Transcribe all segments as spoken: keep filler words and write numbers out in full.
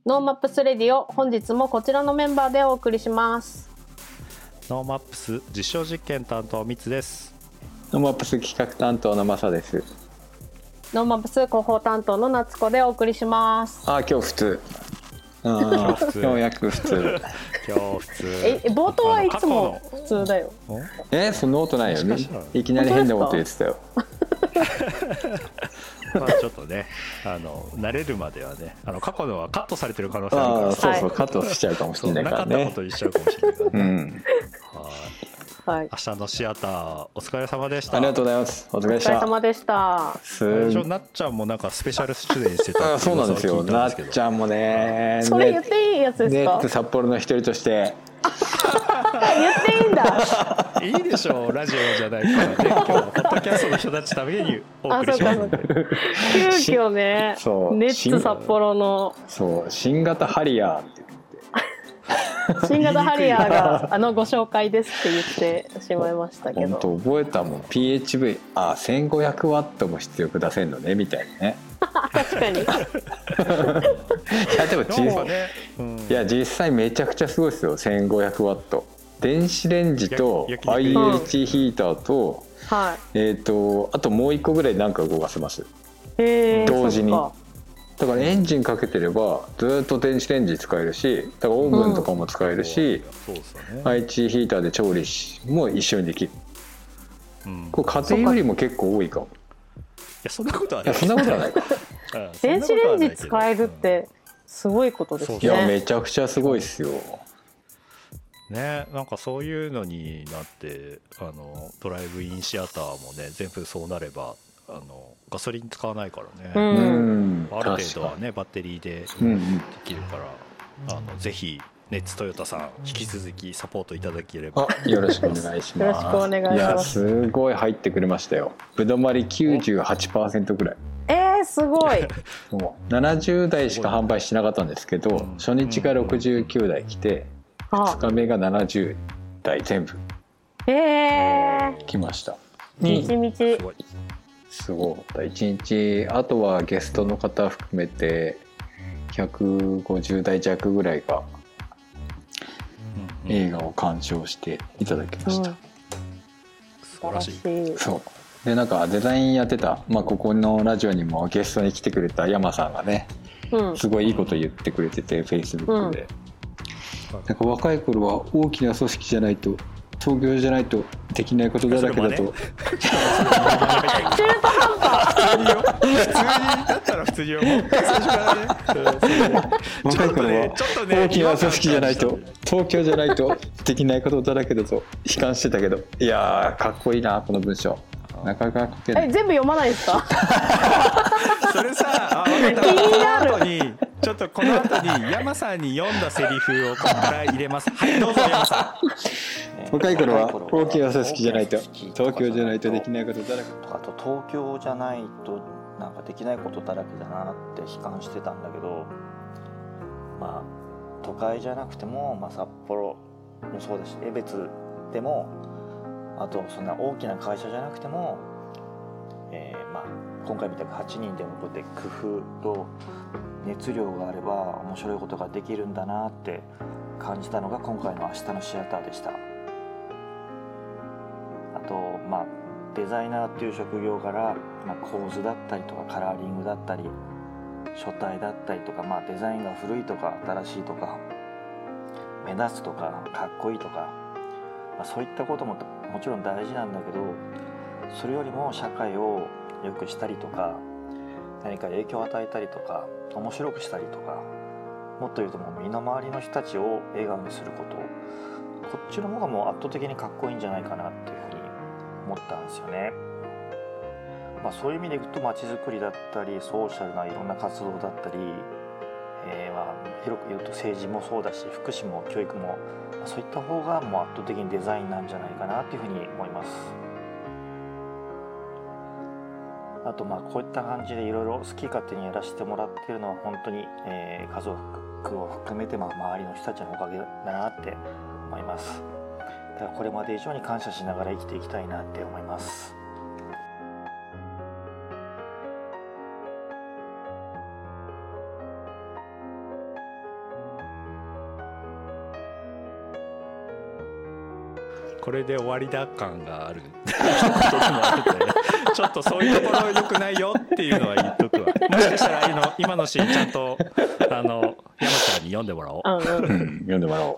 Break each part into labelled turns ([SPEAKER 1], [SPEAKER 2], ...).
[SPEAKER 1] ノーマップスレディオ、本日もこちらのメンバーでお送りします。
[SPEAKER 2] ノーマップス実証実験担当みつです。
[SPEAKER 3] ノーマップス企画担当のまさです。
[SPEAKER 1] ノーマップス広報担当のなつこでお送りします。
[SPEAKER 3] あー今日普通あーようやく普通
[SPEAKER 2] 今日普通
[SPEAKER 1] え冒頭はいつも普通だよ。
[SPEAKER 3] えそんなことないよね。いきなり変なこと言ってたよ。
[SPEAKER 2] まあちょっとね、あの慣れるまではね、あの過去のはカットされてる可能性あるから、
[SPEAKER 3] あそうそう、はい、カットしちゃうかもしれないからね。
[SPEAKER 2] なかったことにしちゃうかもしれないからね。うん、
[SPEAKER 1] はい、
[SPEAKER 2] 明日のシアターお疲れ様でした。
[SPEAKER 3] ありがとうございます。お疲れ
[SPEAKER 1] お疲れ様でした。
[SPEAKER 2] 最初なっちゃんもなんかスペシャル出演してたって
[SPEAKER 3] そうなんですよ。なっちゃんもね、
[SPEAKER 1] それ言っていいやつですか。
[SPEAKER 3] ネット札幌の一人として
[SPEAKER 1] 言っていいんだ。
[SPEAKER 2] いいでしょう、ラジオじゃないからね。今日はポッドキャストの人たちためにお送りしますので。
[SPEAKER 1] 急遽ね、ネッツ札幌の
[SPEAKER 3] そう新型ハリアーって
[SPEAKER 1] 言って新型ハリアーがあのご紹介ですって言ってしまいましたけど、
[SPEAKER 3] 本当覚えたもん。 ピーエイチブイ あせんごひゃくワットも出力出せんのねみたいなね。
[SPEAKER 1] 確かに。い
[SPEAKER 3] やでも実際、ねうん、いや実際めちゃくちゃすごいですよ。せんごひゃくワット電子レンジと アイエルティー ヒーターと、うんはい、えーとあともういっこぐらいなんか動かせます。
[SPEAKER 1] へー
[SPEAKER 3] 同時に。だからエンジンかけてればずっと電子レンジ使えるし、だからオーブンとかも使えるし、うんね、アイエルティー ヒーターで調理も一緒にできる、うん、これ家庭よりも結構多いかも。
[SPEAKER 2] いやそんなことはない。
[SPEAKER 3] いやそんなことはないか。
[SPEAKER 1] 電子レンジ使えるってすごいことですね。
[SPEAKER 3] いやめちゃくちゃすごいですよ。
[SPEAKER 2] ね、なんかそういうのになってあのドライブインシアターもね全部そうなればあのガソリン使わないからね、うん、ある程度はねバッテリーでできるから、うん、あのぜひネッツトヨタさん引き続きサポートいただければ
[SPEAKER 3] よろしくお願いします。
[SPEAKER 1] よろしくお願いします。い
[SPEAKER 3] やすごい入ってくれましたよ。ぶどまり きゅうじゅうはちパーセント ぐらい。
[SPEAKER 1] えー、すごい。
[SPEAKER 3] ななじゅうだいしか販売してなかったんですけど、初日がろくじゅうきゅうだい来て、ふつかめがななじゅうだい全部来ました。
[SPEAKER 1] みちみち
[SPEAKER 3] すごい。いちにちあとはゲストの方含めてひゃくごじゅうだい弱ぐらいが映画を鑑賞していただきました、うん、
[SPEAKER 2] 素晴らしい。
[SPEAKER 3] そうでなんかデザインやってた、まあ、ここのラジオにもゲストに来てくれた山さんがね、うん、すごいいいこと言ってくれてて Facebook で、うん、なんか若い頃は大きな組織じゃないと東京じゃないとできないことだらけだと。中
[SPEAKER 1] 途半端。
[SPEAKER 2] 普通によ。普通にだったら普通によ。最初からね。
[SPEAKER 3] 若い頃は大きな組織じゃないと東京じゃないとできないことだらけだと悲観してたけど、いやーかっこいいなこの文章。なかなか書けない。
[SPEAKER 1] え全部読まないですか？
[SPEAKER 2] それさ、あ気になる。にちょっとこの後に山さんに読んだセリフをここから入れます。はいどうぞ山さ
[SPEAKER 3] ん。若い頃は大きな組織じゃないと東京じゃないとできないことだらけ。
[SPEAKER 4] あと東京じゃないとなんかできないことだらけだなって悲観してたんだけど、まあ都会じゃなくても、まあ、札幌もそうだし江別でもあとそんな大きな会社じゃなくても、えー、まあ今回みたくはちにんでもこうやって工夫と熱量があれば面白いことができるんだなって感じたのが今回の明日のシアターでした。あとまあデザイナーっていう職業から、まあ、構図だったりとかカラーリングだったり書体だったりとか、まあ、デザインが古いとか新しいとか目立つとかかっこいいとか、まあ、そういったことももちろん大事なんだけど、それよりも社会を良くしたりとか何か影響を与えたりとか面白くしたりとか、もっと言うともう身の回りの人たちを笑顔にすること、こっちの方がもう圧倒的にかっこいいんじゃないかなっていうふうに思ったんですよね。まあ、そういう意味でいくと街づくりだったりソーシャルないろんな活動だったり、えー、まあ広く言うと政治もそうだし福祉も教育も、まあ、そういった方がもう圧倒的にデザインなんじゃないかなっていうふうに思います。あとまあこういった感じでいろいろ好き勝手にやらせてもらっているのは本当に、えー、家族を含めてまあ周りの人たちのおかげだなって思います。だからこれまで以上に感謝しながら生きていきたいなって思います。
[SPEAKER 2] これで終わりだ感があることでもあるんでちょっとそういうところ良くないよっていうのは言っとくわ。もしかしたらあの今のシーンちゃんとあの山ちゃんに読んでもらおう、
[SPEAKER 3] うんうん、読んでもらおう。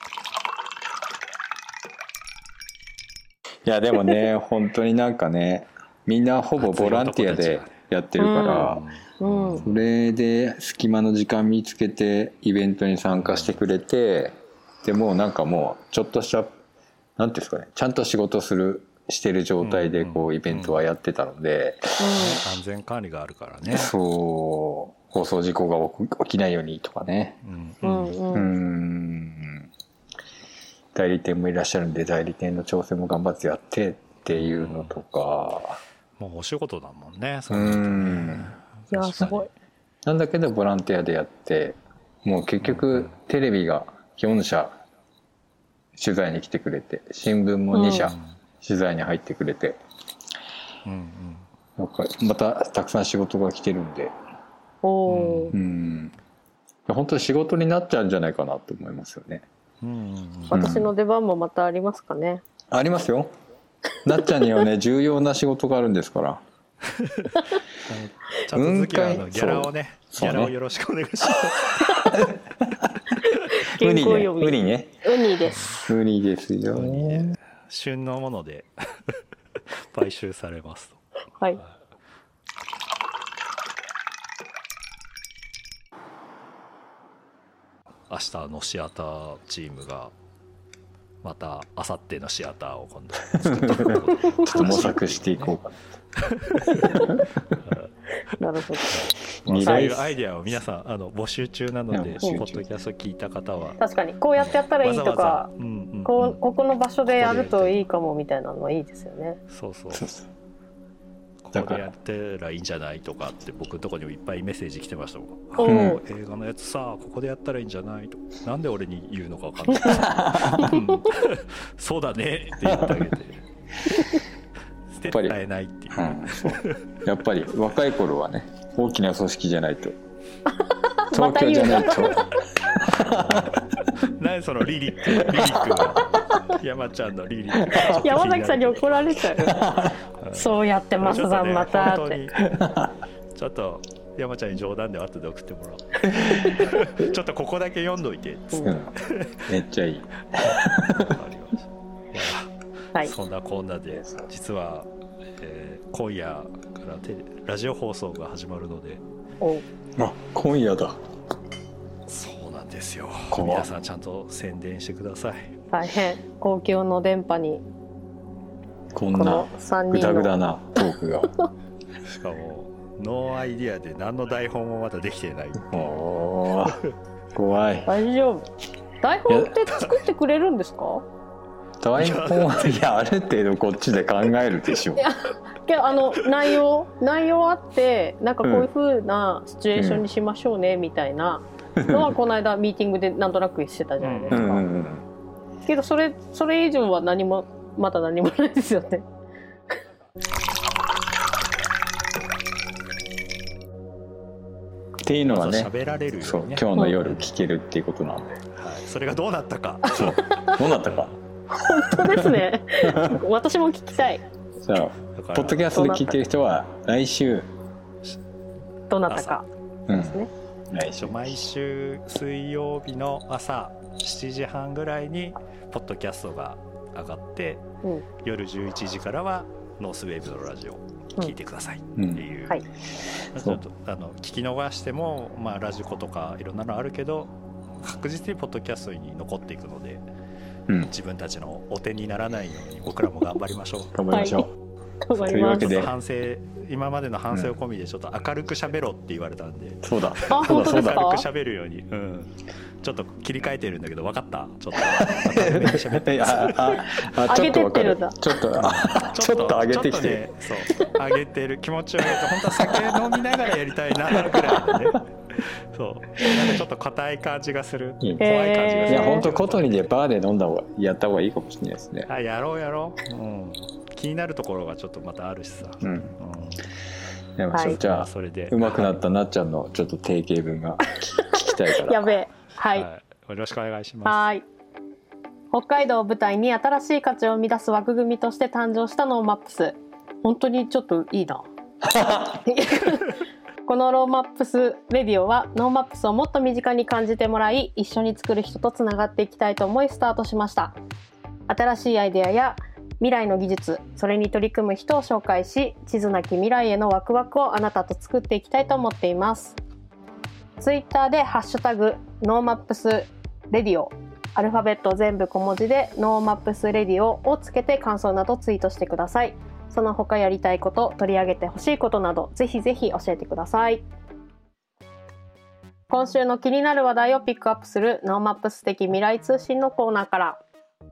[SPEAKER 3] いやでもね本当になんかねみんなほぼボランティアでやってるから、うんうん、それで隙間の時間見つけてイベントに参加してくれて、でもうなんかもうちょっとしたなんていうんですかね、ちゃんと仕事するしてる状態でこうイベントはやってたので、うんうん、
[SPEAKER 2] 安全管理があるからね。
[SPEAKER 3] そう放送事故が起きないようにとかね、うんうん、うん代理店もいらっしゃるんで代理店の調整も頑張ってやってっていうのとか、
[SPEAKER 2] もうお仕事だもんね。そういうのね。
[SPEAKER 1] いやすごい。
[SPEAKER 3] なんだけどボランティアでやって、もう結局テレビがよん社取材に来てくれて、新聞もに社取材に入ってくれて、うんうん、なんかまたたくさん仕事が来てるんで、おー、うん、本当に仕事になっちゃうんじゃないかなと思いますよね。
[SPEAKER 1] うんうんうん、私の出番もまたありますかね。
[SPEAKER 3] ありますよ。なっちゃんにはね重要な仕事があるんですから。
[SPEAKER 2] ちゃんと次はあのギャラをね、ギャラをよろしくお願いします。
[SPEAKER 3] ウニね、ウニね。
[SPEAKER 1] ウニです。
[SPEAKER 3] ウニですよ。
[SPEAKER 2] ね、旬のもので買収されますと。
[SPEAKER 1] はい。
[SPEAKER 2] 明日のシアターチームがまた明後日のシアターを今度作っていこう
[SPEAKER 3] ちょっと模索していこうか
[SPEAKER 1] な。なるほど。
[SPEAKER 2] そういうアイデアを皆さんあの募集中なので、ポッドキャスト聞いた方は
[SPEAKER 1] 確かにこうやってやったらいいとか、わざわざ、うんうんうん、こうここの場所でやるといいかもみたいなのはいいですよね。
[SPEAKER 2] そうそう。ここでやってらいいんじゃないとかって僕のところにもいっぱいメッセージ来てましたもん。映画のやつさここでやったらいいんじゃないと、なんで俺に言うのか分かんない、うん、そうだねって言ってあげて捨てられないっていう、
[SPEAKER 3] うん、やっぱり若い頃はね大きな組織じゃないと東京じゃないと
[SPEAKER 2] 何そのリリックリリックが山ちゃんのリリック
[SPEAKER 1] 山崎さんに怒られちゃうそうやってマサさんまたって
[SPEAKER 2] ちょっと山ちゃんに冗談で後で送ってもらおうちょっとここだけ読んどいて、うん、
[SPEAKER 3] めっちゃいい
[SPEAKER 2] はい、そんなこんなで実は、えー、今夜からテレラジオ放送が始まるので、
[SPEAKER 3] おあ今夜だ。
[SPEAKER 2] そうなんですよ。皆さんちゃんと宣伝してください。
[SPEAKER 1] 大変公共の電波に
[SPEAKER 3] こんなグダグダなトークが
[SPEAKER 2] しかもノーアイディアで何の台本もまだできてない。
[SPEAKER 3] お怖い。
[SPEAKER 1] 大丈夫。台本って作ってくれるんですか？
[SPEAKER 3] 台本はいやある程度こっちで考えるでしょう。いや
[SPEAKER 1] けどあの内容内容あってなんかこういう風なシチュエーションにしましょうねみたいなのはこの間ミーティングでなんとなくしてたじゃないですか。うんうんうん、けどそれそれ以上は何もまだ何もないですよね。
[SPEAKER 3] っていうのはね、
[SPEAKER 2] 喋られるよね、
[SPEAKER 3] そう今日の夜聞けるっていうことなんで、はい、
[SPEAKER 2] それがどうなったか。
[SPEAKER 3] そうどうなったか。
[SPEAKER 1] 本当ですね。私も聞きたい。
[SPEAKER 3] じゃあポッドキャストで聞いてる人は来週
[SPEAKER 1] どうなったかですね。
[SPEAKER 2] うん、来週毎週水曜日の朝しちじはんぐらいにポッドキャストが上がって、うん、夜じゅういちじからはノースウェーブのラジオ聞いてくださいっていう、うんはい、ちょっとあの聞き逃しても、まあ、ラジコとかいろんなのあるけど確実にポッドキャストに残っていくので、うん、自分たちのお手にならないように僕らも頑張りましょう。
[SPEAKER 3] 頑張りましょう、
[SPEAKER 1] はい、というわけ
[SPEAKER 2] で反省今までの反省を込みでちょっと明るく喋ろうって言われたんで、うん、
[SPEAKER 3] そうだ
[SPEAKER 1] そうだそうだ
[SPEAKER 2] 明るく喋るように、うん、ちょっと切り替えてるんだけど分かった？ちょっと明るめに喋って
[SPEAKER 3] ああちょっと分かる。ちょっとちょっと上げてきて、ね、
[SPEAKER 2] そう上げてる気持ちを上げて本当は酒飲みながらやりたいなぐらいのね。そうなんかちょっと硬い感じがする、怖い感じがする。
[SPEAKER 3] いや本当ことにでバーで飲んだ方がやった方がいいかもしれないですね。
[SPEAKER 2] あやろうやろう、うん、気になるところがちょっとまたあるしさ、うんうん、
[SPEAKER 3] でも、はい、じゃあそれで上手くなったなっちゃんのちょっと定型文が聞きたいから
[SPEAKER 1] やべえ、はい、はい、
[SPEAKER 2] よろしくお願いします。
[SPEAKER 1] はい北海道を舞台に新しい価値を生み出す枠組みとして誕生したノーマップス。本当にちょっといいなこのノーマップスレディオはノーマップスをもっと身近に感じてもらい、一緒に作る人とつながっていきたいと思いスタートしました。新しいアイデアや未来の技術、それに取り組む人を紹介し、地図なき未来へのワクワクをあなたと作っていきたいと思っています。ツイッターでハッシュタグノーマップスレディオ、アルファベット全部小文字でノーマップスレディオをつけて感想などツイートしてください。その他やりたいこと、取り上げてほしいことなどぜひぜひ教えてください。今週の気になる話題をピックアップするノーマップス的未来通信のコーナーから。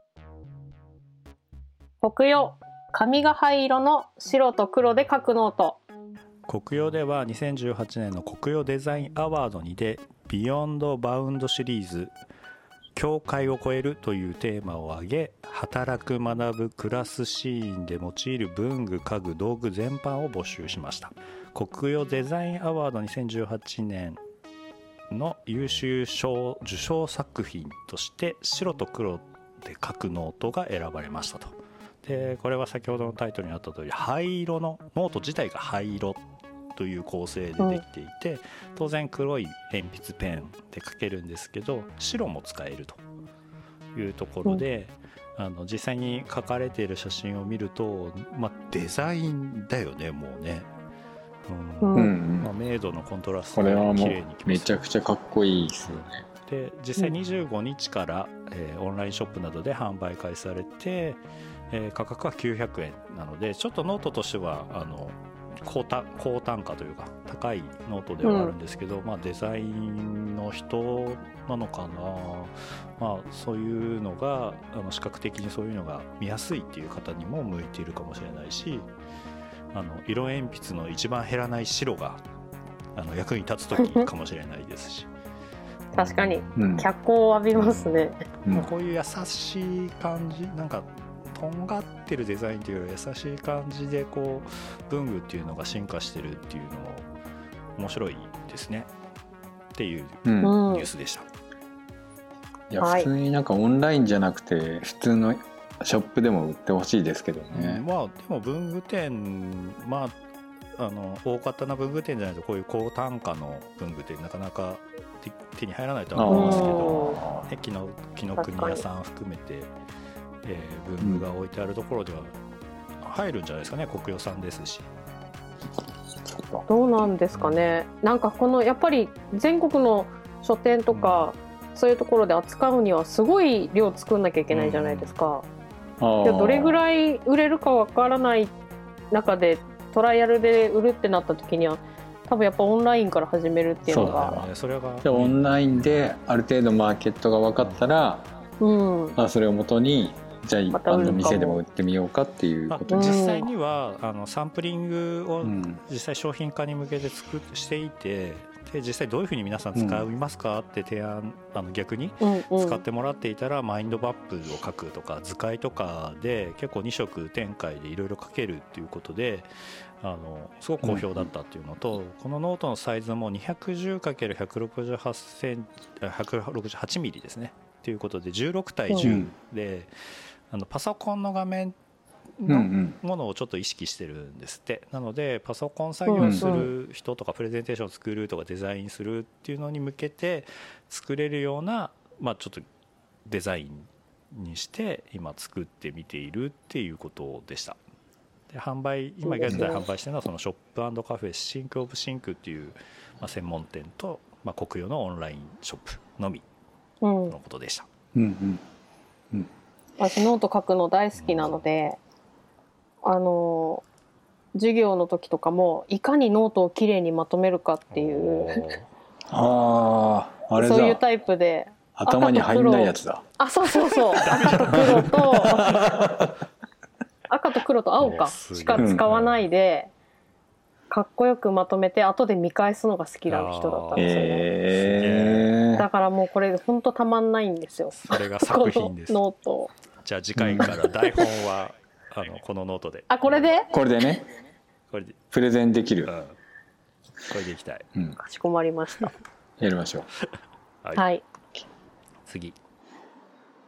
[SPEAKER 1] 国用、紙が灰色の白と黒で書くノート。
[SPEAKER 2] 国用ではにせんじゅうはちねんの国用デザインアワードにてビヨンドバウンドシリーズ境界を越えるというテーマを挙げ、働く、学ぶ、暮らすシーンで用いる文具、家具、道具全般を募集しました。国用デザインアワードにせんじゅうはちねんの優秀賞受賞作品として白と黒で書くノートが選ばれましたと。でこれは先ほどのタイトルにあった通り、灰色のノート自体が灰色という構成でできていて、うん、当然黒い鉛筆ペンで書けるんですけど、白も使えるというところで、うん、あの実際に書かれている写真を見ると、まあ、デザインだよね、もうね、うんうんまあ、明度のコントラストが綺麗にきます。
[SPEAKER 3] めちゃくちゃかっこいいですよね。
[SPEAKER 2] で実際にじゅうごにちから、えー、オンラインショップなどで販売開始されて、えー、価格はきゅうひゃくえんなので、ちょっとノートとしてはあの高単、高単価というか高いノートではあるんですけど、うんまあ、デザインの人なのかな、まあ、そういうのがあの視覚的にそういうのが見やすいっていう方にも向いているかもしれないし、あの色鉛筆の一番減らない白があの役に立つ時かもしれないですし
[SPEAKER 1] 確かに、うん、脚光を浴びますね、
[SPEAKER 2] うんうん、こういう優しい感じ、なんかとんがってるデザインというより優しい感じでこう文具っていうのが進化してるっていうのも面白いですねっていうニュースでした、うん、
[SPEAKER 3] いや普通になんかオンラインじゃなくて普通のショップでも売ってほしいですけどね、
[SPEAKER 2] うん、まあでも文具店、まああの大方な文具店じゃないとこういう高単価の文具ってなかなか手に入らないとは思いますけど、ね、紀の紀の国屋さん含めてえー、文具が置いてあるところでは入るんじゃないですかね、国用さんですし。
[SPEAKER 1] どうなんですかね、なんかこのやっぱり全国の書店とか、うん、そういうところで扱うにはすごい量作んなきゃいけないじゃないですか、うん、でどれぐらい売れるかわからない中でトライアルで売るってなった時には多分やっぱオンラインから始めるっていうのが、そうだよね、
[SPEAKER 3] それがでオンラインである程度マーケットが分かったら、うんまあ、それをもとにじゃあ一般の店でも売ってみようかっていうこと、
[SPEAKER 2] まあ、実際にはあのサンプリングを実際商品化に向けて作していて、で実際どういうふうに皆さん使いますかって提案、あの逆に使ってもらっていたら、マインドマップを書くとか図解とかで結構に色展開でいろいろ書けるっていうことで、あのすごく好評だったっていうのと、うん、このノートのサイズも にひゃくじゅうかけるひゃくろくじゅうはち センチ、ひゃくろくじゅうはちミリですねということでじゅうろくたいじゅうで、うん、あのパソコンの画面のものをちょっと意識してるんですって、うんうん、なのでパソコン作業する人とかプレゼンテーションを作るとかデザインするっていうのに向けて作れるような、まあ、ちょっとデザインにして今作ってみているっていうことでした。で販売今現在販売しているのはそのショップ&カフェシンクオブシンクっていう、まあ、専門店と、まあ、国用のオンラインショップのみのことでした、うんうん
[SPEAKER 1] うん、私ノート書くの大好きなので、うん、あの授業の時とかもいかにノートをきれいにまとめるかっていう
[SPEAKER 3] ああれだ、
[SPEAKER 1] そういうタイプで
[SPEAKER 3] 頭に入んないやつだ。
[SPEAKER 1] あ、そうそうそう、赤と黒と赤と黒と青かしか使わないで、うん、かっこよくまとめて後で見返すのが好きな人だったんですよね、えー、だからもうこれ本当たまんないんですよ。
[SPEAKER 2] それが作品です。
[SPEAKER 1] ノート
[SPEAKER 2] じゃあ次回から台本はあのこのノートで
[SPEAKER 1] あこれで
[SPEAKER 3] これでね
[SPEAKER 2] これで
[SPEAKER 3] プレゼンできる、うん、
[SPEAKER 2] これでいきたい、
[SPEAKER 1] うん、かしこまりました
[SPEAKER 3] やりましょう
[SPEAKER 1] はい、はい、
[SPEAKER 2] 次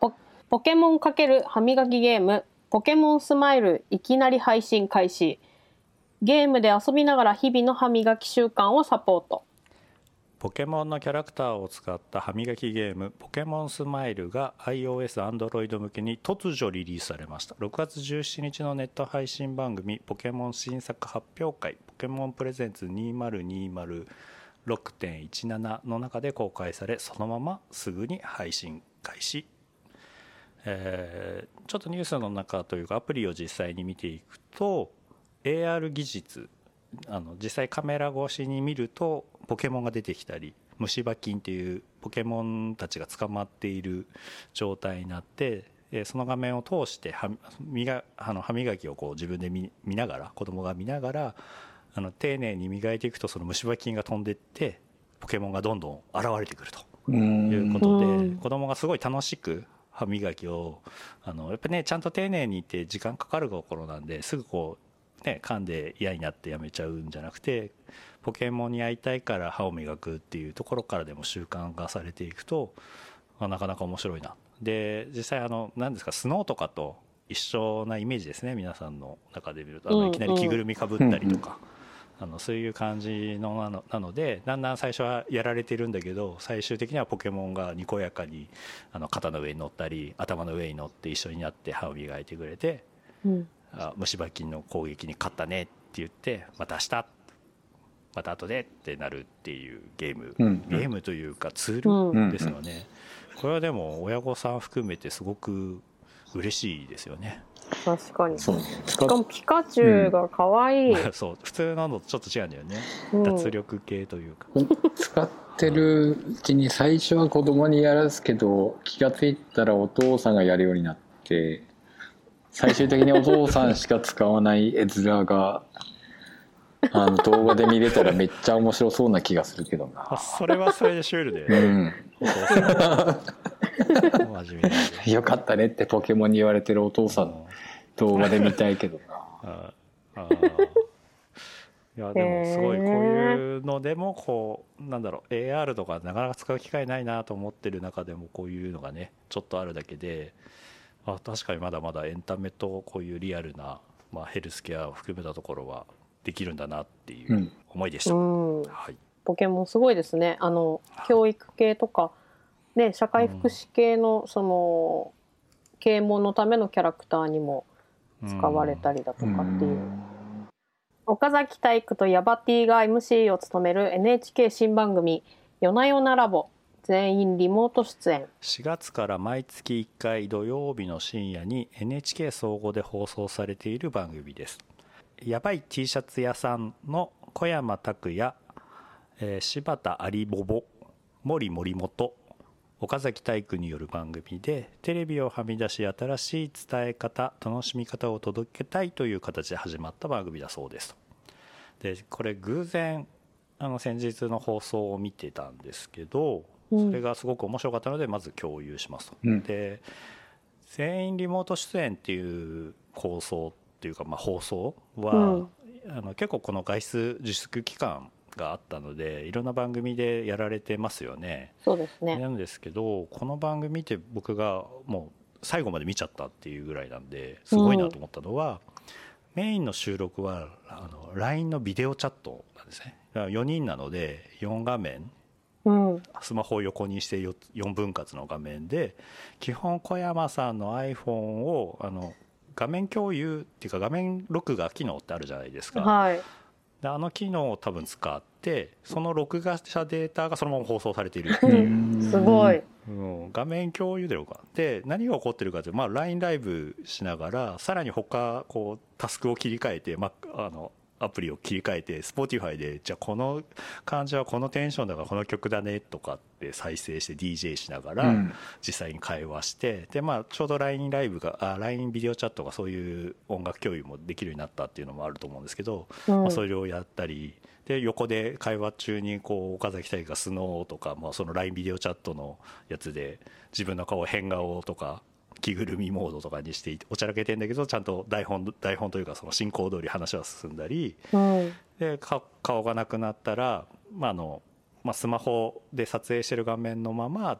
[SPEAKER 1] ポケモン×歯磨きゲームポケモンスマイルいきなり配信開始。ゲームで遊びながら日々の歯磨き習慣をサポート。
[SPEAKER 2] ポケモンのキャラクターを使った歯磨きゲームポケモンスマイルが iOS、Android 向けに突如リリースされました。ろくがつじゅうしちにちのネット配信番組ポケモン新作発表会ポケモンプレゼンツにせんにじゅう ろくてんいちなな の中で公開され、そのまますぐに配信開始。えー、ちょっとニュースの中というかアプリを実際に見ていくと エーアール 技術、あの実際カメラ越しに見るとポケモンが出てきたり虫歯菌っていうポケモンたちが捕まっている状態になって、その画面を通して歯磨あの歯磨きをこう自分で 見, 見ながら子供が見ながらあの丁寧に磨いていくとその虫歯菌が飛んでいってポケモンがどんどん現れてくるということで、子供がすごい楽しく歯磨きをあのやっぱねちゃんと丁寧にいって時間かかるところなんですぐこうね、噛んで嫌になってやめちゃうんじゃなくてポケモンに会いたいから歯を磨くっていうところからでも習慣化されていくと、まあ、なかなか面白いな。で実際あの何ですかスノーとかと一緒なイメージですね。皆さんの中で見るとあのいきなり着ぐるみかぶったりとか、うんうん、あのそういう感じのなのなのでだんだん最初はやられてるんだけど最終的にはポケモンがにこやかにあの肩の上に乗ったり頭の上に乗って一緒になって歯を磨いてくれて、うんあ虫歯菌の攻撃に勝ったねって言ってまた明日また後でってなるっていうゲーム、うん、ゲームというかツールですよね、うん、これはでも親御さん含めてすごく嬉しいですよね。
[SPEAKER 1] 確かにそうしかもピカチュウが可愛い、
[SPEAKER 2] うん、そう普通ののとちょっと違うんだよね、うん、脱力系というか
[SPEAKER 3] 使ってるうちに最初は子供にやらすけど気がついたらお父さんがやるようになって最終的にお父さんしか使わない絵面があの動画で見れたらめっちゃ面白そうな気がするけどな。
[SPEAKER 2] それはそれでシュールで、うん、お父さん真面目に
[SPEAKER 3] よかったねってポケモンに言われてるお父さんの動画で見たいけどな
[SPEAKER 2] ああいやでもすごいこういうのでもこうなんだろう エーアール とかなかなか使う機会ないなと思ってる中でもこういうのがねちょっとあるだけであ確かにまだまだエンタメとこういうリアルな、まあ、ヘルスケアを含めたところはできるんだなっていう思いでした、うん
[SPEAKER 1] はい、ポケモンすごいですね。あの教育系とか、ね、社会福祉系のその啓蒙のためのキャラクターにも使われたりだとかっていう、うん、岡崎体育とヤバティが エムシー を務める エヌエイチケー 新番組夜な夜なラボ全員リモート出演。
[SPEAKER 2] しがつから毎月いっかい土曜日の深夜に エヌエイチケー 総合で放送されている番組です。やばい T シャツ屋さんの小山拓也、えー、柴田有ボボ、森森本、岡崎体育による番組でテレビをはみ出し新しい伝え方楽しみ方を届けたいという形で始まった番組だそうです。でこれ偶然あの先日の放送を見てたんですけどそれがすごく面白かったのでまず共有しますと、うん、で全員リモート出演っていう構想っていうか、まあ、放送は、うん、あの結構この外出自粛期間があったのでいろんな番組でやられてますよね。
[SPEAKER 1] そうですね。
[SPEAKER 2] なんですけどこの番組って僕がもう最後まで見ちゃったっていうぐらいなんですごいなと思ったのは、うん、メインの収録はあの ライン のビデオチャットなんですね。よにんなのでよん画面うん、スマホを横にして よんぶん割の画面で基本小山さんの iPhone をあの画面共有っていうか画面録画機能ってあるじゃないですか、
[SPEAKER 1] はい、
[SPEAKER 2] であの機能を多分使ってその録画したデータがそのまま放送されているっていう
[SPEAKER 1] すごい、
[SPEAKER 2] うん、画面共有で録画で何が起こってるかというと、まあ、ライン ライブしながらさらに他こうタスクを切り替えて、まあ、あのアプリを切り替えて Spotify でじゃあこの感じはこのテンションだからこの曲だねとかって再生して ディージェー しながら実際に会話して、うん、でまあちょうど ライン ライブがあ ライン ビデオチャットがそういう音楽共有もできるようになったっていうのもあると思うんですけど、うん、まあ、それをやったりで横で会話中にこう岡崎体育がスノーとか、まあ、その ライン ビデオチャットのやつで自分の顔変顔とか着ぐるみモードとかにしておちゃらけてんだけどちゃんと台本台本というかその進行通り話は進んだり、うん、で顔がなくなったら、まああのまあ、スマホで撮影してる画面のまま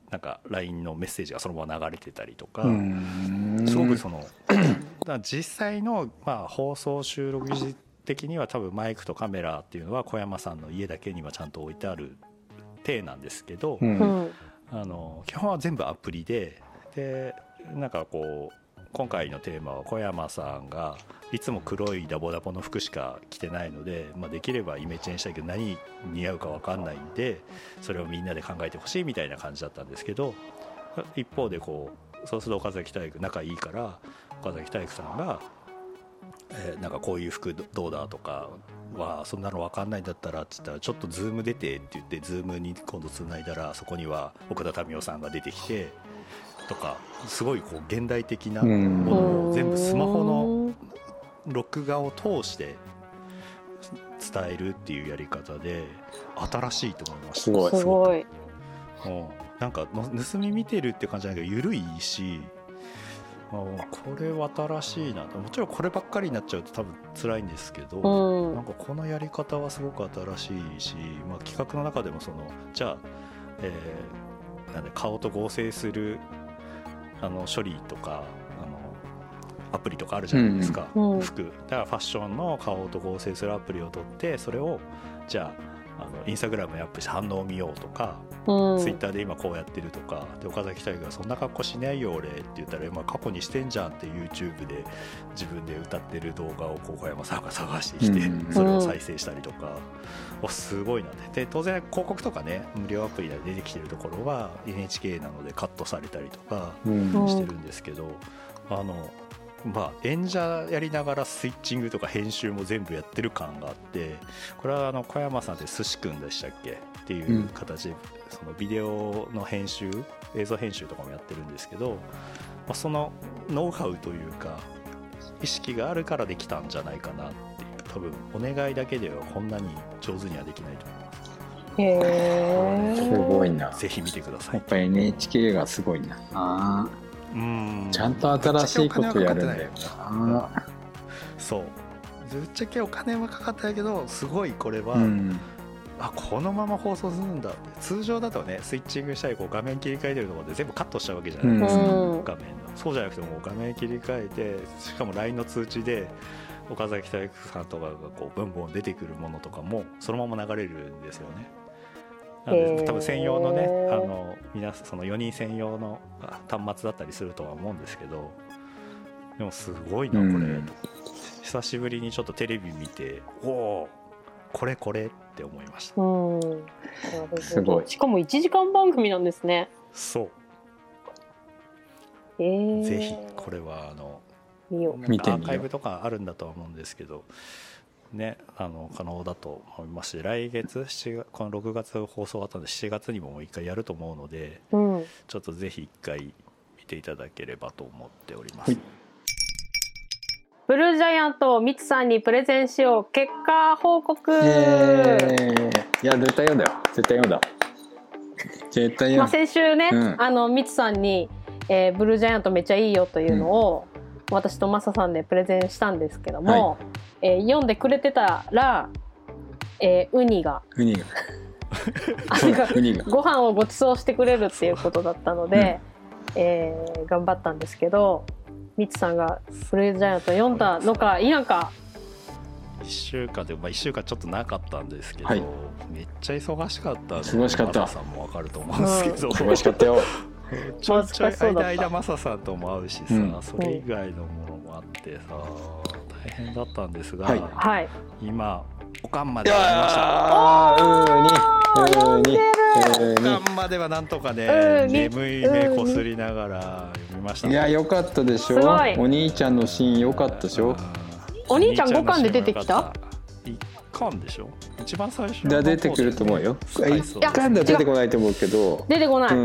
[SPEAKER 2] なんか ライン のメッセージがそのまま流れてたりとか、すごくその実際のまあ放送収録時的には多分マイクとカメラっていうのは小山さんの家だけにはちゃんと置いてある体なんですけど、うん、あの基本は全部アプリで、でなんかこう今回のテーマは小山さんがいつも黒いダボダボの服しか着てないので、まあ、できればイメチェンしたいけど何似合うか分かんないんでそれをみんなで考えてほしいみたいな感じだったんですけど、一方でこうそうすると岡崎体育仲いいから岡崎体育さんが、えー、なんかこういう服どうだとかはそんなの分かんないんだったらって言ったらちょっとズーム出てって言ってズームに今度つないだらそこには奥田民生さんが出てきてとか、すごいこう現代的なものを全部スマホの録画を通して伝えるっていうやり方で新しいと思いました。
[SPEAKER 3] すごい
[SPEAKER 1] すごい、
[SPEAKER 2] うん、なんか盗み見てるって感じじゃないけど緩いし、これは新しいなと。もちろんこればっかりになっちゃうと多分辛いんですけど、うん、なんかこのやり方はすごく新しいし、まあ、企画の中でもそのじゃあ、えー、なんで顔と合成するあの処理とかあのアプリとかあるじゃないですか、うん、服だからファッションの顔と合成するアプリを取ってそれをじゃあ、あのインスタグラムにアップして反応を見ようとか、うん、ツイッターで今こうやってるとかで、岡崎体育がそんな格好しないよ俺って言ったら今過去にしてんじゃんって YouTube で自分で歌ってる動画を小山さんが探してきて、うん、それを再生したりとか、うん、すごいなって。で当然広告とかね無料アプリで出てきてるところは エヌエイチケー なのでカットされたりとかしてるんですけど、うん、あのまあ、演者やりながらスイッチングとか編集も全部やってる感があって、これはあの小山さんって寿司くんでしたっけっていう形で、うん、そのビデオの編集映像編集とかもやってるんですけど、まあ、そのノウハウというか意識があるからできたんじゃないかなっていう、多分お願いだけではこんなに上手にはできないと思います。
[SPEAKER 1] へー、
[SPEAKER 3] すごいな。
[SPEAKER 2] ぜひ見てください。
[SPEAKER 3] やっぱ エヌエイチケー がすごいな。あうん、ちゃんと新しいことやるんだよな。
[SPEAKER 2] そうぶっちゃけお金はかかってないけどすごいこれは、うん、あこのまま放送するんだって。通常だとねスイッチングしたりこう画面切り替えてるところで全部カットしちゃうわけじゃないですか、うん、画面の。そうじゃなくてもう画面切り替えて、しかも ライン の通知で岡崎体育さんとかがこうブンブン出てくるものとかもそのまま流れるんですよね。なんで多分専用のねあの皆そのよにん専用の端末だったりするとは思うんですけど、でもすごいなこれ、うん、久しぶりにちょっとテレビ見ておおこれこれって思いました。うん、
[SPEAKER 3] すごい。
[SPEAKER 1] しかもいちじかん番組なんですね。
[SPEAKER 2] そう、
[SPEAKER 1] えー、
[SPEAKER 2] ぜひこれはあの
[SPEAKER 1] 見よう。
[SPEAKER 2] アーカイブとかあるんだとは思うんですけどね、あの可能だと思いますし、来月しちがつこのろくがつ放送終わったのでしちがつにももう一回やると思うので、うん、ちょっとぜひ一回見ていただければと思っております。
[SPEAKER 1] ブルージャイアントをミツさんにプレゼンしよう結果報告。
[SPEAKER 3] いや絶対読んだよ絶対読んだ絶対読んだ、まあ、
[SPEAKER 1] 先週ね、うん、あのミツさんに、えー、ブルージャイアントめっちゃいいよというのを、うん、私とマサさんでプレゼンしたんですけども、はい、えー、読んでくれてたら、えー、ウニが
[SPEAKER 3] ウニが
[SPEAKER 1] ウニがご飯をご馳走してくれるっていうことだったので、うん、えー、頑張ったんですけど、ミツさんがブルージャイアント読んだのか否か。
[SPEAKER 2] いっしゅうかんで、まあ、いっしゅうかんちょっとなかったんですけど、はい、めっちゃ忙しかったので
[SPEAKER 3] 忙しかった。
[SPEAKER 2] マサさんも分かると思うんですけど、うん、
[SPEAKER 3] 忙しかったよ
[SPEAKER 2] ちょいちょい間間マサさんとも会うしさ、うん、それ以外のものもあってさ大変だったんですが、
[SPEAKER 1] はい、
[SPEAKER 2] 今おかんまで読みました。
[SPEAKER 1] あー読んでる。
[SPEAKER 2] おかんまではなんとかね眠い目こすりながら読みました。
[SPEAKER 3] いや良かったでしょ。お兄ちゃんのシーン良かったでしょ。
[SPEAKER 1] お兄ちゃんごかんで出てきた？
[SPEAKER 2] いっかんでしょ。一番最初
[SPEAKER 3] の出てくると思うよ。いっかんでは出てこないと思うけど。
[SPEAKER 1] 出てこない。うん、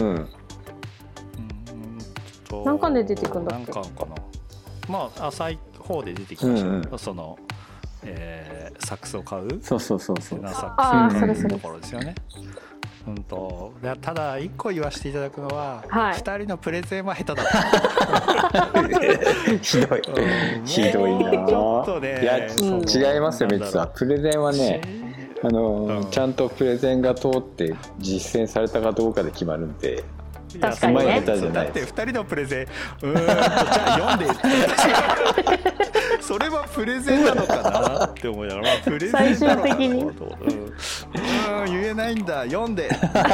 [SPEAKER 2] 何
[SPEAKER 1] 巻で出てくるんだっけ。
[SPEAKER 2] 何巻かな。まあ浅い方で出てきました、うんうん、その、えー、サックスを買う
[SPEAKER 3] そうそうそうそう
[SPEAKER 2] サックスのところですよね。うんとただいっこ言わせていただくのは、はい、ふたりのプレゼンは下手だった
[SPEAKER 3] ひどい、うん、ひどいな。
[SPEAKER 2] ちょっとね、いや
[SPEAKER 3] 違いますよ。別にプレゼンはねあの、うん、ちゃんとプレゼンが通って実践されたかどうかで決まるんで、
[SPEAKER 1] 確かにね。
[SPEAKER 2] だってふたりのプレゼンうーんじゃあ読んでそれはプレゼンなのかなって思いながら、まあ、プレゼンなのかな
[SPEAKER 1] 最終的に、
[SPEAKER 2] うん、うん言えないんだ読んで、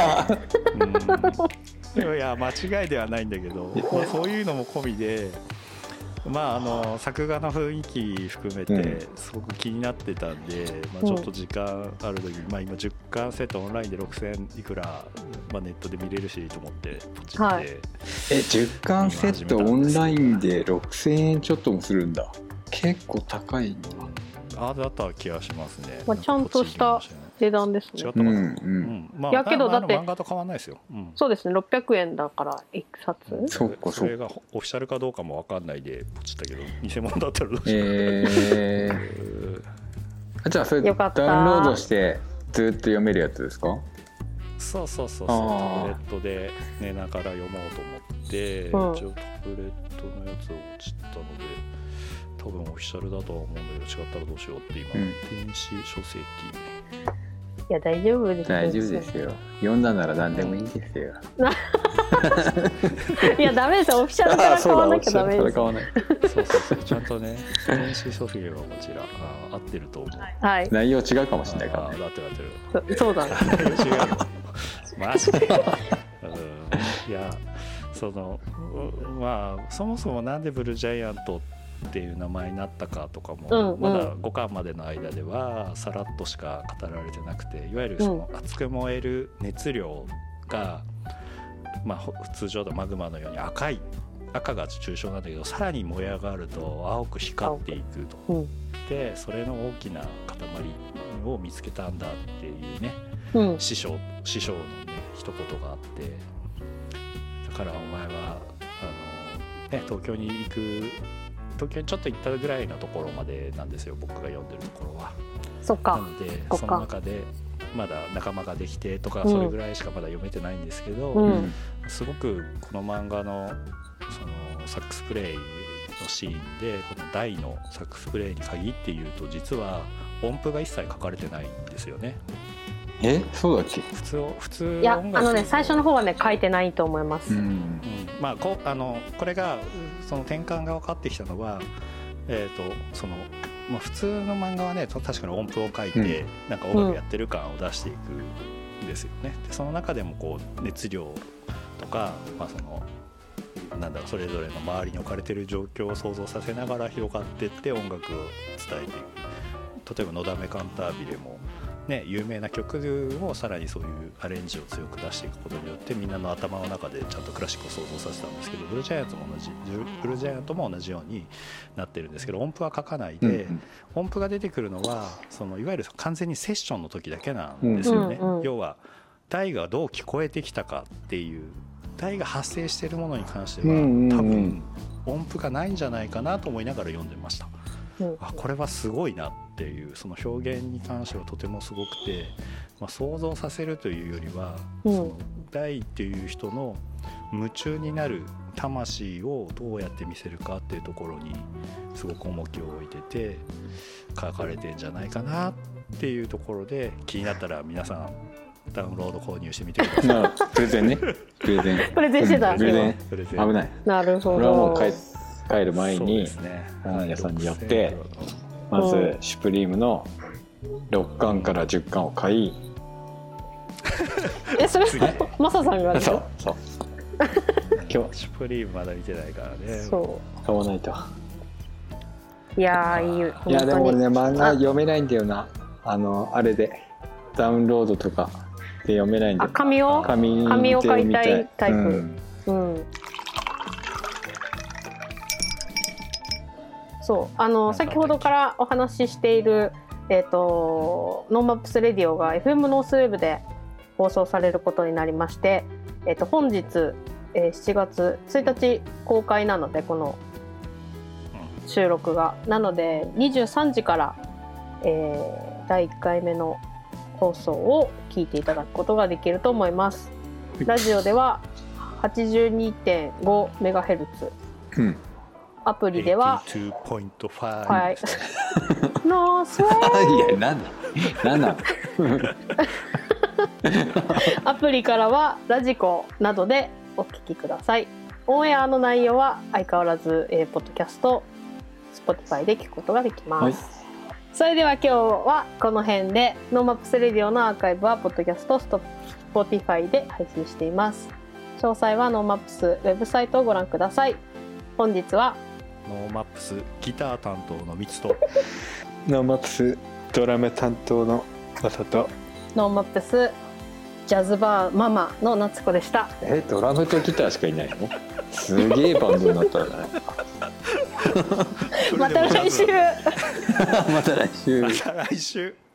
[SPEAKER 2] うん、いや間違いではないんだけど、まあ、そういうのも込みでまあ、あの作画の雰囲気含めてすごく気になってたんで、うんまあ、ちょっと時間ある時に、まあ、今じゅっかんセットオンラインでろくせんいくら、まあ、ネットで見れるしと思ってポチって、はい、え
[SPEAKER 3] じゅっかんセットオンラインでろくせんえんちょっともするんだ。結構高い
[SPEAKER 2] な。あだった気がしますね、
[SPEAKER 1] まあ、ちゃんとした値段ですね。
[SPEAKER 2] 違ったかな、うんうんまあ、
[SPEAKER 1] いやけどだって
[SPEAKER 2] 漫画と変わらないですよ、うん、
[SPEAKER 1] そうですねろっぴゃくえんだからいっさつ、うん、
[SPEAKER 3] そっか
[SPEAKER 2] それがオフィシャルかどうかも分かんないでポチったけど偽物だったらどうしよう、
[SPEAKER 3] えー、じゃあそれダウンロードしてずっと読めるやつですか？
[SPEAKER 2] そうそうそうそうタブレットで寝ながら読もうと思って、うん、一応タブレットのやつを落ちたので多分オフィシャルだとは思うんだけど違ったらどうしようって今、うん、電子書籍
[SPEAKER 1] いや大丈夫ですよ。
[SPEAKER 3] 大丈夫ですよ。読んだなら何でもいいんですよ。
[SPEAKER 1] いやダメですよ。オフィシャルから買わなきゃダメです。
[SPEAKER 2] そうそうそうちゃんとね電子書籍はもちろん合ってると思う。
[SPEAKER 1] はい。
[SPEAKER 3] 内容違うかもしれないからね。
[SPEAKER 2] 合ってる合って
[SPEAKER 1] る。そうだね。
[SPEAKER 2] 内容違うの。マジで。うんいやそのまあそもそもなんでブルージャイアントっていう名前になったかとかも、うんうん、まだごかんまでの間ではさらっとしか語られてなくていわゆるその熱く燃える熱量が、まあ、通常のマグマのように赤い赤が抽象なんだけどさらに燃え上がると青く光っていくと、うん、でそれの大きな塊を見つけたんだっていうね、うん、師匠師匠のね一言があってだからお前はあの、ね、東京に行く東京にちょっと行ったぐらいのところまでなんですよ僕が読んでるところは。
[SPEAKER 1] そっか。
[SPEAKER 2] なのでその中でまだ仲間ができてとかそれぐらいしかまだ読めてないんですけど、うん、すごくこの漫画のそのサックスプレイのシーンでこの大のサックスプレイに限って言うと実は音符が一切書かれてないんですよね。
[SPEAKER 3] えそうだっけ？
[SPEAKER 2] 普通普通
[SPEAKER 1] いやあのね最初の方はね書いてないと思います。うんうん、
[SPEAKER 2] まあこあのこれがその転換が分かってきたのは、えーとそのまあ、普通の漫画はね確かに音符を書いて、うん、なんか音楽やってる感を出していくんですよね。でその中でもこう熱量とか、まあ、そのなんだろうそれぞれの周りに置かれている状況を想像させながら広がっていって音楽を伝えていく。例えばのだめカンタービレもね、有名な曲をさらにそういうアレンジを強く出していくことによってみんなの頭の中でちゃんとクラシックを想像させたんですけどブルージャイアントも同じブルージャイアントも同じようになってるんですけど音符は書かないで、うんうん、音符が出てくるのはそのいわゆる完全にセッションの時だけなんですよね、うんうん、要は大がどう聞こえてきたかっていう大が発生しているものに関しては、うんうんうん、多分音符がないんじゃないかなと思いながら読んでました。あこれはすごいなっていうその表現に関してはとてもすごくて、まあ、想像させるというよりは、うん、その大っていう人の夢中になる魂をどうやって見せるかっていうところにすごく重きを置いてて書かれてんじゃないかなっていうところで気になったら皆さんダウンロード購入してみてください。
[SPEAKER 3] プレゼンねプレゼン
[SPEAKER 1] プレゼンしてた、うん、
[SPEAKER 3] プレゼン危ない。
[SPEAKER 1] なるほど。
[SPEAKER 3] これはもう帰って帰る前に本屋さんに寄ってまずシュプリームのろっかんからじゅっかんを買い
[SPEAKER 1] えそれマサさんがね
[SPEAKER 3] そうそう
[SPEAKER 2] 今日シュプリームまだ見てないからね
[SPEAKER 3] そう買わないと
[SPEAKER 1] いやーいいよ
[SPEAKER 3] いやでも俺ね漫画読めないんだよなあのあれでダウンロードとかで読めないんだよ。
[SPEAKER 1] あ紙を
[SPEAKER 3] 紙
[SPEAKER 1] 紙を買いたいタイプ、うんうんそうあの先ほどからお話ししている、えーと、ノーマップスレディオが エフエム ノースウェブで放送されることになりまして、えーと、本日、えー、しちがつついたち公開なのでこの収録がなのでにじゅうさんじから、えー、だいいっかいめの放送を聞いていただくことができると思います。ラジオでは はちじゅうにてんごメガヘルツ、うんアプリでは
[SPEAKER 2] はちじゅうにてんご
[SPEAKER 1] はいノースウェ
[SPEAKER 3] ーいやなんだなんだ
[SPEAKER 1] アプリからはラジコなどでお聞きください。オンエアの内容は相変わらず、えー、ポッドキャスト Spotify で聞くことができます、はい、それでは今日はこの辺で。ノーマップスレディオのアーカイブはポッドキャスト Spotify で配信しています。詳細はノーマップスウェブサイトをご覧ください。本日は
[SPEAKER 2] ノーマップスギター担当のミツと
[SPEAKER 3] ノーマップスドラム担当のマサと
[SPEAKER 1] ノーマップスジャズバーママの夏子でした。
[SPEAKER 3] えドラムとギターしかいないの？すげえバンドになったんだね
[SPEAKER 1] また来週
[SPEAKER 3] また来週
[SPEAKER 2] また来週